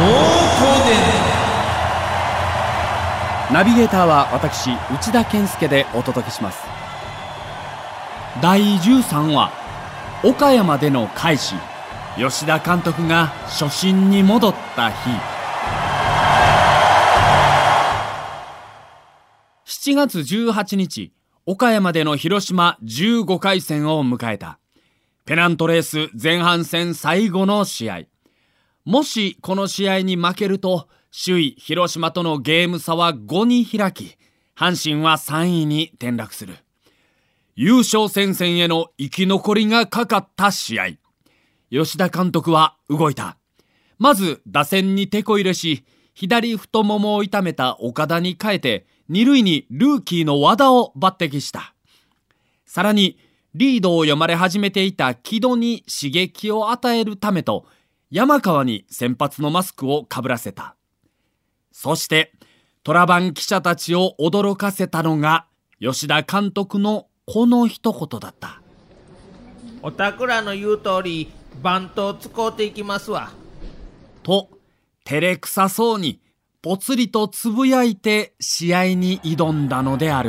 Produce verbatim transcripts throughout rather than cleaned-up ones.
ナビゲーターは私内田健介でお届けします。だいじゅうさんわ、岡山での快進。吉田監督が初心に戻った日。しちがつじゅうはちにち、岡山での広島じゅうごかい戦を迎えたペナントレース前半戦最後の試合。もしこの試合に負けると首位広島とのゲーム差はごに開き、阪神はさんいに転落する。優勝戦線への生き残りがかかった試合。吉田監督は動いた。まず打線にテこ入れし、左太ももを痛めた岡田に変えて二塁にルーキーの和田を抜擢した。さらにリードを読まれ始めていた木戸に刺激を与えるためと、山川に先発のマスクをかぶらせた。そして虎番記者たちを驚かせたのが吉田監督のこの一言だった。 おたくらの言う通りバントを使うていきますわ。 と照れくさそうにぽつりとつぶやいて試合に挑んだのである。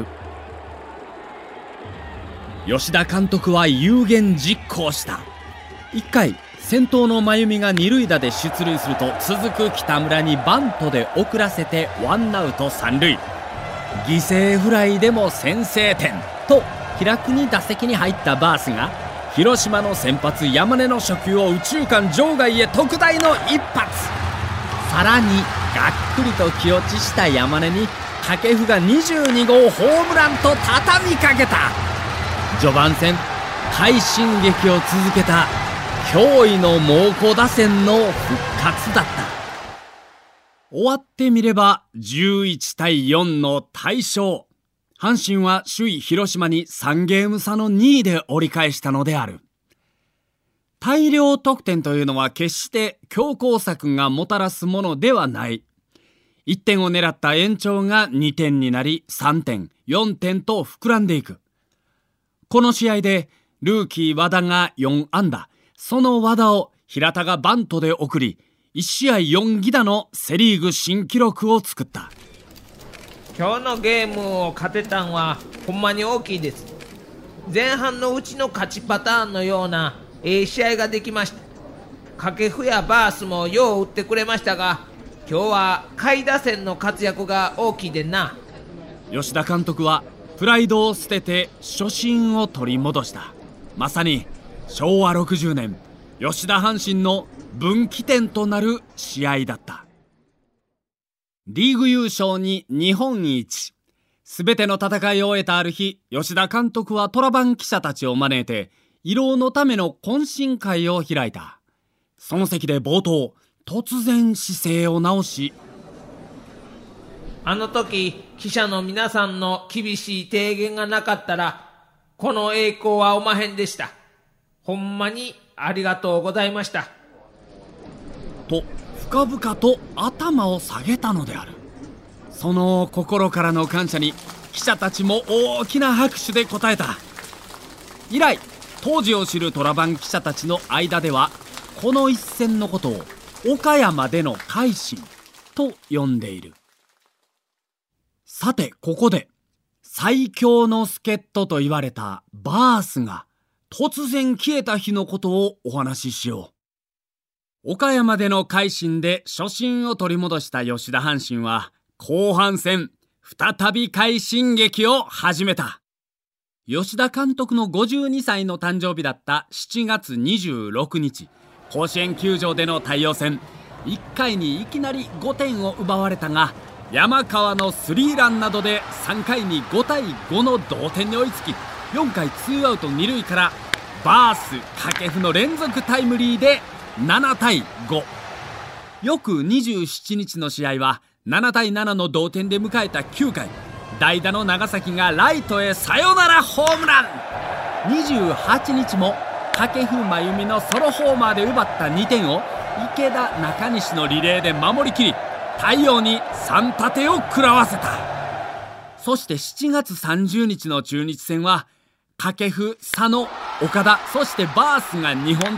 吉田監督は有言実行した。いっかい、先頭の真由美が二塁打で出塁すると、続く北村にバントで送らせてワンアウト三塁。犠牲フライでも先制点と気楽に打席に入ったバースが、広島の先発山根の初球を右中間場外へ特大の一発。さらにがっくりと気落ちした山根に掛布がにじゅうにごうホームランと畳みかけた。序盤戦快進撃を続けた驚異の猛虎打線の復活だった。終わってみればじゅういちたいよんの大勝。阪神は首位広島にさんゲーム差のにいで折り返したのである。大量得点というのは決して強攻策がもたらすものではない。いってんを狙った延長がにてんになり、さんてん、よんてんと膨らんでいく。この試合でルーキー和田がよんあんだ。その和田を平田がバントで送り、いちしあいよんぎだのセリーグ新記録を作った。 今日のゲームを勝てたんはほんまに大きいです。前半のうちの勝ちパターンのようなええ試合ができました。掛布やバースもよう打ってくれましたが、今日は下位打線の活躍が大きいでんな。 吉田監督はプライドを捨てて初心を取り戻した。まさにしょうわろくじゅうねん、吉田阪神の分岐点となる試合だった。リーグ優勝に日本一。すべての戦いを終えたある日、吉田監督は虎番記者たちを招いて慰労のための懇親会を開いた。その席で冒頭、突然姿勢を直し、 あの時記者の皆さんの厳しい提言がなかったらこの栄光はおまへんでした。ほんまにありがとうございましたと深々と頭を下げたのである。その心からの感謝に記者たちも大きな拍手で応えた。以来当時を知る虎番記者たちの間では、この一戦のことを岡山での快進と呼んでいる。さてここで最強の助っ人と言われたバースが突然消えた日のことをお話ししよう。岡山での快進で初心を取り戻した吉田阪神は後半戦再び快進撃を始めた。吉田監督のごじゅうにさいの誕生日だったしちがつにじゅうろくにち、甲子園球場での太陽戦、いっかいにいきなりごてんを奪われたが、山川のスリーランなどでさんかいにごたいごの同点に追いつき、よんかいツーアウト二塁からバース掛布の連続タイムリーでななたいご。翌にじゅうしちにちの試合はななたいななの同点で迎えたきゅうかい、代打の長崎がライトへサヨナラホームラン。にじゅうはちにちも掛布真由美のソロホーマーで奪ったにてんを池田中西のリレーで守りきり、太陽にさんたてを食らわせた。そしてしちがつさんじゅうにちの中日戦は掛布、佐野、岡田、そしてバースがにほんと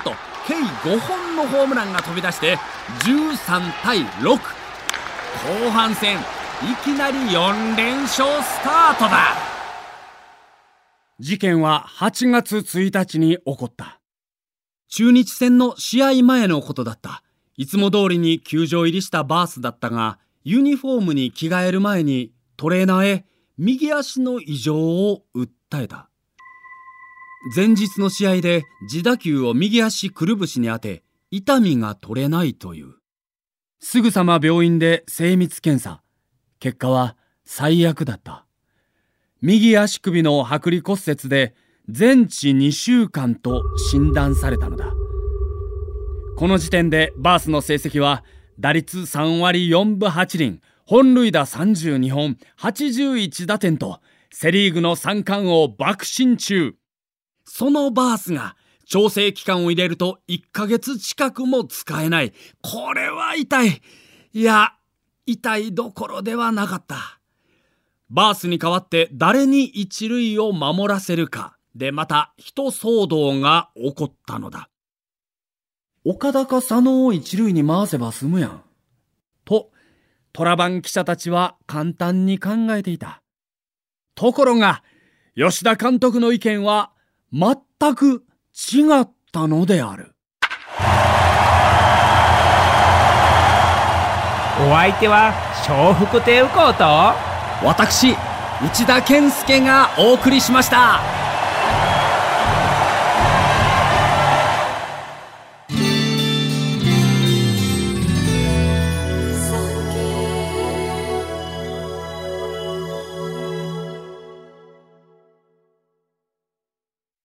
計ごほんのホームランが飛び出してじゅうさんたいろく。後半戦いきなりよんれんしょうスタートだ。事件ははちがつついたちに起こった。中日戦の試合前のことだった。いつも通りに球場入りしたバースだったが、ユニフォームに着替える前にトレーナーへ右足の異常を訴えた。前日の試合で自打球を右足くるぶしに当て、痛みが取れないという。すぐさま病院で精密検査。結果は最悪だった。右足首の剥離骨折で全治にしゅうかんと診断されたのだ。この時点でバースの成績は打率さんわりよんぶはちりん、本塁打さんじゅうにほん、はちじゅういちだてんとセリーグの三冠王爆心中。そのバースが調整期間を入れるといっかげつ近くも使えない。これは痛い。いや、痛いどころではなかった。バースに代わって誰に一塁を守らせるかでまた一騒動が起こったのだ。岡田か佐野を一塁に回せば済むやん。と、虎番記者たちは簡単に考えていた。ところが、吉田監督の意見は全く違ったのである。 お相手は笑福亭右近と私、内田健介がお送りしました。